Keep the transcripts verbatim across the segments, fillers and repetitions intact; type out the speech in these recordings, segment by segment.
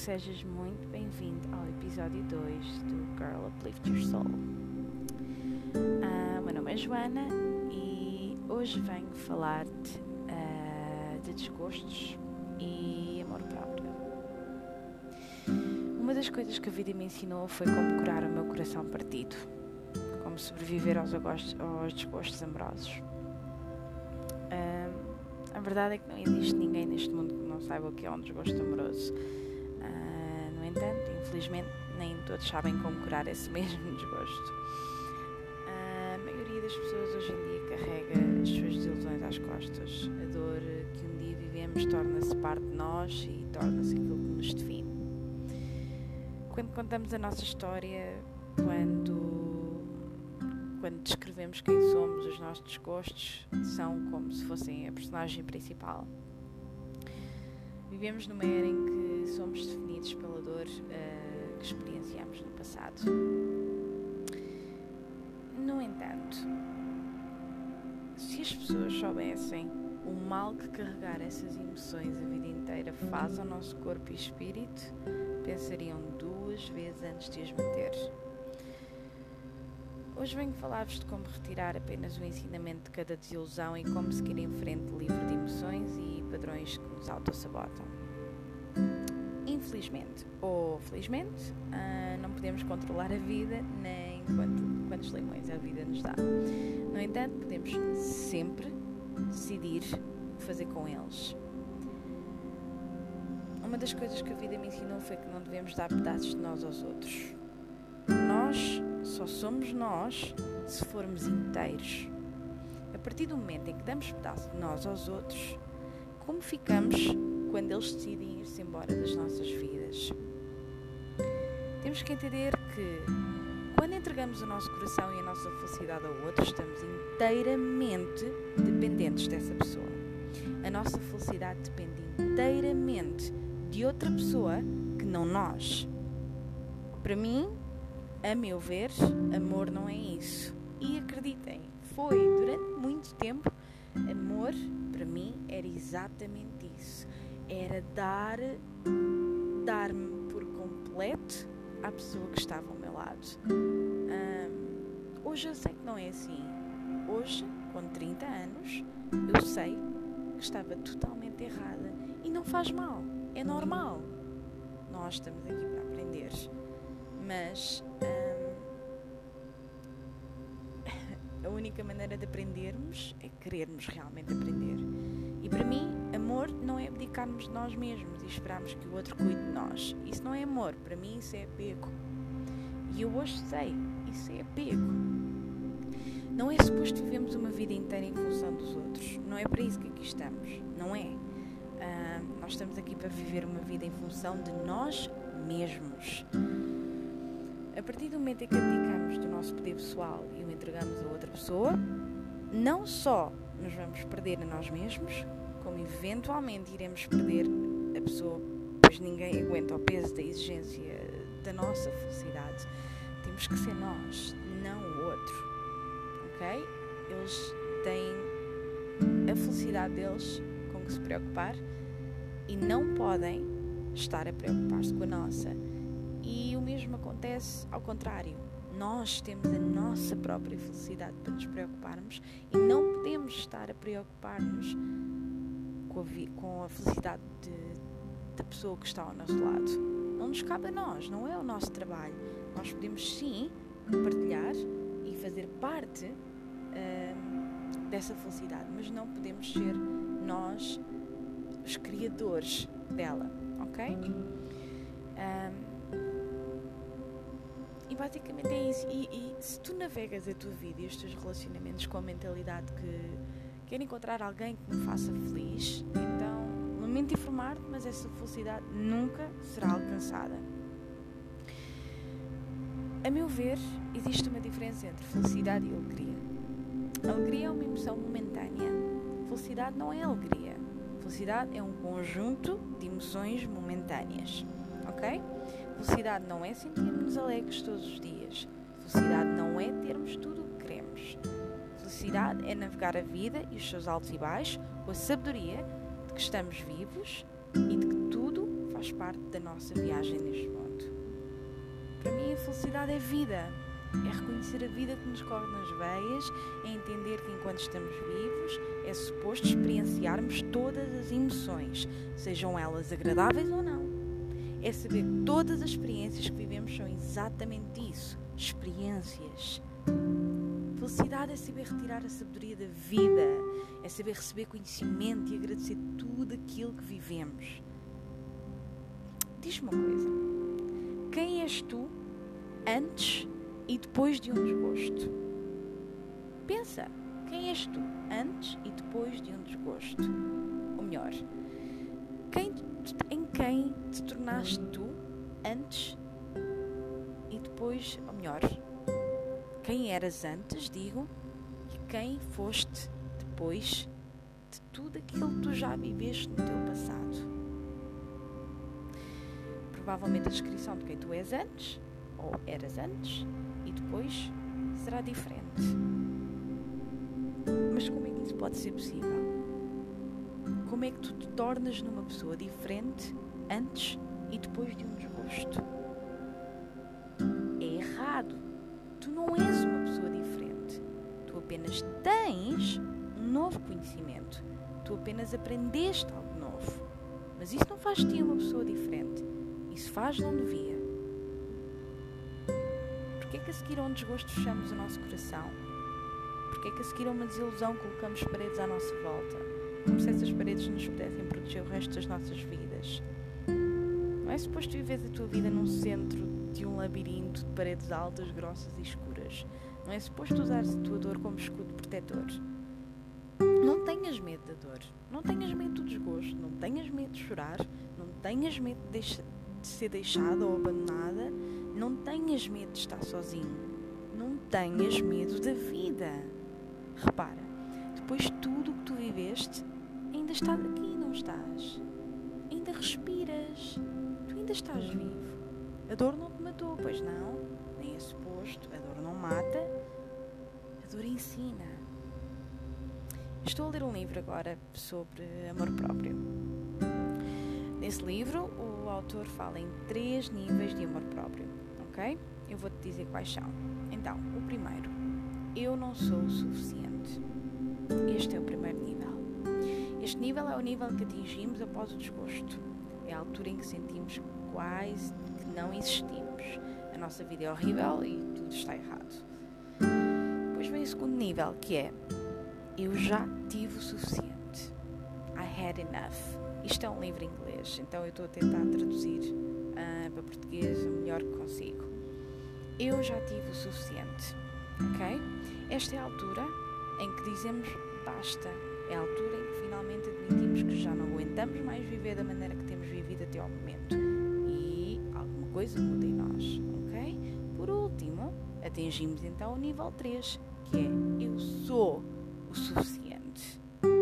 que sejas muito bem-vindo ao episódio dois do Girl Uplift Your Soul. Uh, meu nome é Joana e hoje venho falar-te uh, de desgostos e amor próprio. Uma das coisas que a vida me ensinou foi como curar o meu coração partido, como sobreviver aos, agostos, aos desgostos amorosos. Uh, a verdade é que não existe ninguém neste mundo que não saiba o que é um desgosto amoroso. Uh, no entanto, infelizmente, nem todos sabem como curar esse mesmo desgosto. Uh, a maioria das pessoas hoje em dia carrega as suas desilusões às costas. A dor que um dia vivemos torna-se parte de nós e torna-se aquilo que nos define. Quando contamos a nossa história, quando, quando descrevemos quem somos, os nossos desgostos são como se fossem a personagem principal. Vivemos numa era em que somos definidos pela dor uh, que experienciamos no passado. No entanto, se as pessoas soubessem o mal que carregar essas emoções a vida inteira faz ao nosso corpo e espírito, pensariam duas vezes antes de as manter. Hoje venho falar-vos de como retirar apenas o ensinamento de cada desilusão e como seguir em frente livre de emoções e padrões que nos autossabotam. Infelizmente ou felizmente, uh, não podemos controlar a vida nem quanto, quantos limões a vida nos dá. No entanto, podemos sempre decidir o que fazer com eles. Uma das coisas que a vida me ensinou foi que não devemos dar pedaços de nós aos outros. Nós só somos nós se formos inteiros. A partir do momento em que damos pedaços de nós aos outros, como ficamos quando eles decidem ir-se embora das nossas vidas? Temos que entender que quando entregamos o nosso coração e a nossa felicidade ao outro, estamos inteiramente dependentes dessa pessoa. A nossa felicidade depende inteiramente de outra pessoa que não nós. Para mim, a meu ver, amor não é isso. E acreditem, foi durante muito tempo, amor para mim era exatamente isso. Era dar, dar-me por completo à pessoa que estava ao meu lado. Hum, hoje eu sei que não é assim. Hoje, com trinta anos, eu sei que estava totalmente errada. E não faz mal, é normal. Nós estamos aqui para aprender. Mas hum, a única maneira de aprendermos é querermos realmente aprender. E para mim, amor não é abdicarmos de nós mesmos e esperarmos que o outro cuide de nós. Isso não é amor, para mim isso é apego. E eu hoje sei, isso é apego. Não é suposto vivemos uma vida inteira em função dos outros. Não é para isso que aqui estamos, não é. Uh, nós estamos aqui para viver uma vida em função de nós mesmos. A partir do momento em que abdicamos do nosso poder pessoal e o entregamos a outra pessoa, não só nos vamos perder a nós mesmos, como eventualmente iremos perder a pessoa, pois ninguém aguenta o peso da exigência da nossa felicidade. Temos que ser nós, não o outro, ok? Eles têm a felicidade deles com que se preocupar e não podem estar a preocupar-se com a nossa. E o mesmo acontece ao contrário. Nós temos a nossa própria felicidade para nos preocuparmos e não podemos estar a preocupar-nos com a, vi- com a felicidade de, da pessoa que está ao nosso lado. Não nos cabe a nós, não é o nosso trabalho. Nós podemos sim partilhar e fazer parte hum, dessa felicidade, mas não podemos ser nós os criadores dela, ok? Um, E basicamente é isso. E, e se tu navegas a tua vida e os teus relacionamentos com a mentalidade que quer encontrar alguém que me faça feliz, então lamento informar-te, mas essa felicidade nunca será alcançada. A meu ver, existe uma diferença entre felicidade e alegria. Alegria é uma emoção momentânea. Felicidade não é alegria. Felicidade é um conjunto de emoções momentâneas. Ok? Felicidade não é sentirmos alegres todos os dias. Felicidade não é termos tudo o que queremos. Felicidade é navegar a vida e os seus altos e baixos com a sabedoria de que estamos vivos e de que tudo faz faz parte da nossa viagem neste mundo. Para mim, a felicidade é vida. É reconhecer a vida que nos corre nas veias, é entender que enquanto estamos vivos, é suposto experienciarmos todas as emoções, sejam elas agradáveis ou não. É saber que todas as experiências que vivemos são exatamente isso, experiências. Felicidade é saber retirar a sabedoria da vida, é saber receber conhecimento e agradecer tudo aquilo que vivemos. Diz-me uma coisa, quem és tu antes e depois de um desgosto? Pensa, quem és tu antes e depois de um desgosto? Ou melhor, quem, em quem te tornaste tu antes e depois, ou melhor, quem eras antes, digo, e quem foste depois de tudo aquilo que tu já viveste no teu passado. Provavelmente a descrição de quem tu és antes, ou eras antes, e depois será diferente. Mas como é que isso pode ser possível? Como é que tu te tornas numa pessoa diferente antes e depois de um desgosto? É errado. Tu não és uma pessoa diferente. Tu apenas tens um novo conhecimento. Tu apenas aprendeste algo novo. Mas isso não faz de ti uma pessoa diferente. Isso faz de onde via. Porquê é que a seguir a um desgosto fechamos o nosso coração? Porquê é que a seguir a uma desilusão colocamos paredes à nossa volta? Como se essas paredes nos pudessem proteger o resto das nossas vidas. Não é suposto viveres a tua vida num centro de um labirinto de paredes altas, grossas e escuras. Não é suposto usares a tua dor como escudo protetor. Não tenhas medo da dor. Não tenhas medo do desgosto. Não tenhas medo de chorar. Não tenhas medo de, deixa, de ser deixada ou abandonada. Não tenhas medo de estar sozinho. Não tenhas medo da vida. Repara, depois de tudo o que tu viveste, ainda estás aqui, não estás? Ainda respiras. Tu ainda estás vivo. A dor não te matou, pois não? Nem é suposto. A dor não mata. A dor ensina. Estou a ler um livro agora sobre amor próprio. Nesse livro, o autor fala em três níveis de amor próprio, ok? Eu vou-te dizer quais são. Então, o primeiro. Eu não sou o suficiente. Este é o primeiro nível. Este nível é o nível que atingimos após o desgosto. É a altura em que sentimos quase que não existimos. A nossa vida é horrível e tudo está errado. Depois vem o segundo nível, que é eu já tive o suficiente. I had enough. Isto é um livro em inglês, então eu estou a tentar traduzir uh, para português o melhor que consigo. Eu já tive o suficiente. Ok? Esta é a altura em que dizemos basta. É a altura em que finalmente admitimos que já não aguentamos mais viver da maneira que temos vivido até ao momento. E alguma coisa muda em nós. Ok? Por último, atingimos então o nível três, que é eu sou o suficiente.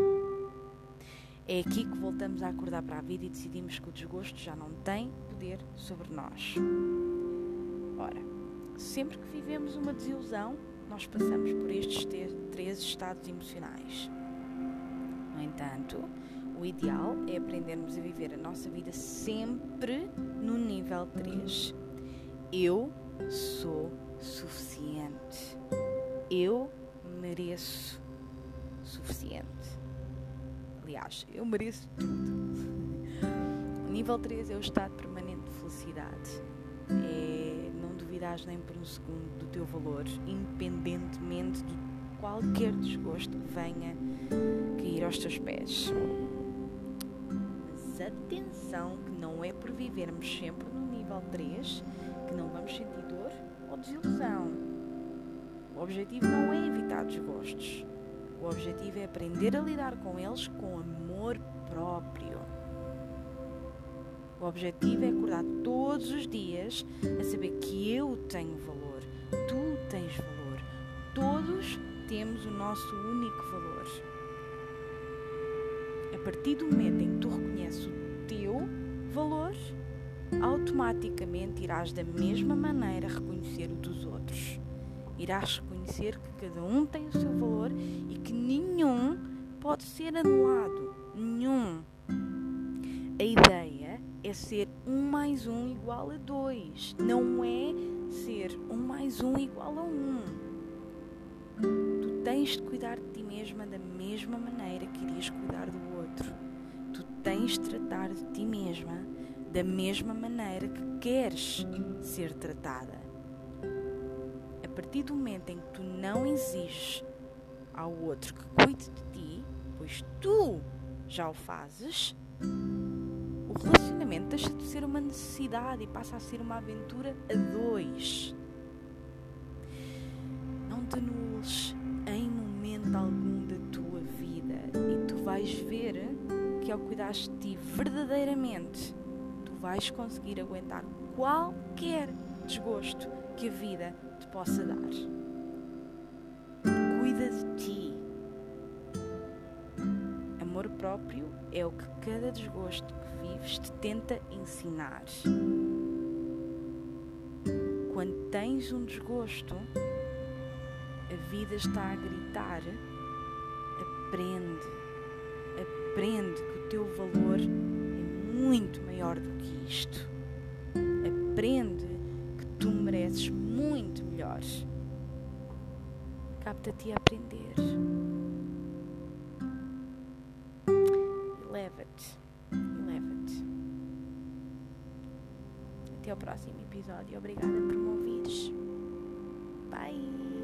É aqui que voltamos a acordar para a vida e decidimos que o desgosto já não tem poder sobre nós. Ora, sempre que vivemos uma desilusão, nós passamos por estes três estados emocionais. No entanto, o ideal é aprendermos a viver a nossa vida sempre no nível três. Eu sou suficiente. Eu mereço suficiente. Aliás, eu mereço tudo. O nível três é o estado permanente de felicidade. É não duvidares nem por um segundo do teu valor, independentemente de qualquer desgosto que venha cair aos teus pés. Mas atenção que não é por vivermos sempre no nível três que não vamos sentir dor ou desilusão. O objetivo não é evitar desgostos. O objetivo é aprender a lidar com eles com amor próprio. O objetivo é acordar todos os dias a saber que eu tenho valor, tu tens valor, todos temos o nosso único valor. A partir do momento em que tu reconheces o teu valor, automaticamente irás da mesma maneira reconhecer o dos outros. Irás reconhecer que cada um tem o seu valor e que nenhum pode ser anulado. Nenhum. A ideia é ser um mais um igual a dois. Não é ser um mais um igual a um. Tu tens de cuidar de ti mesma da mesma maneira que irias cuidar do outro. Tu tens de tratar de ti mesma da mesma maneira que queres ser tratada. A partir do momento em que tu não exiges ao outro que cuide de ti, pois tu já o fazes, o relacionamento deixa de ser uma necessidade e passa a ser uma aventura a dois. Não te anules em momento algum da tua vida e tu vais ver que ao cuidares de ti verdadeiramente, tu vais conseguir aguentar qualquer desgosto que a vida te possa dar. Cuida de ti. Amor próprio é o que cada desgosto que vives te tenta ensinar. Quando tens um desgosto, a vida está a gritar: aprende, aprende que o teu valor é muito maior do que isto. Aprende que tu mereces muito melhor. Capta-te a aprender. Eleva-te. Eleva-te. Até ao próximo episódio. Obrigada por me ouvires. Bye!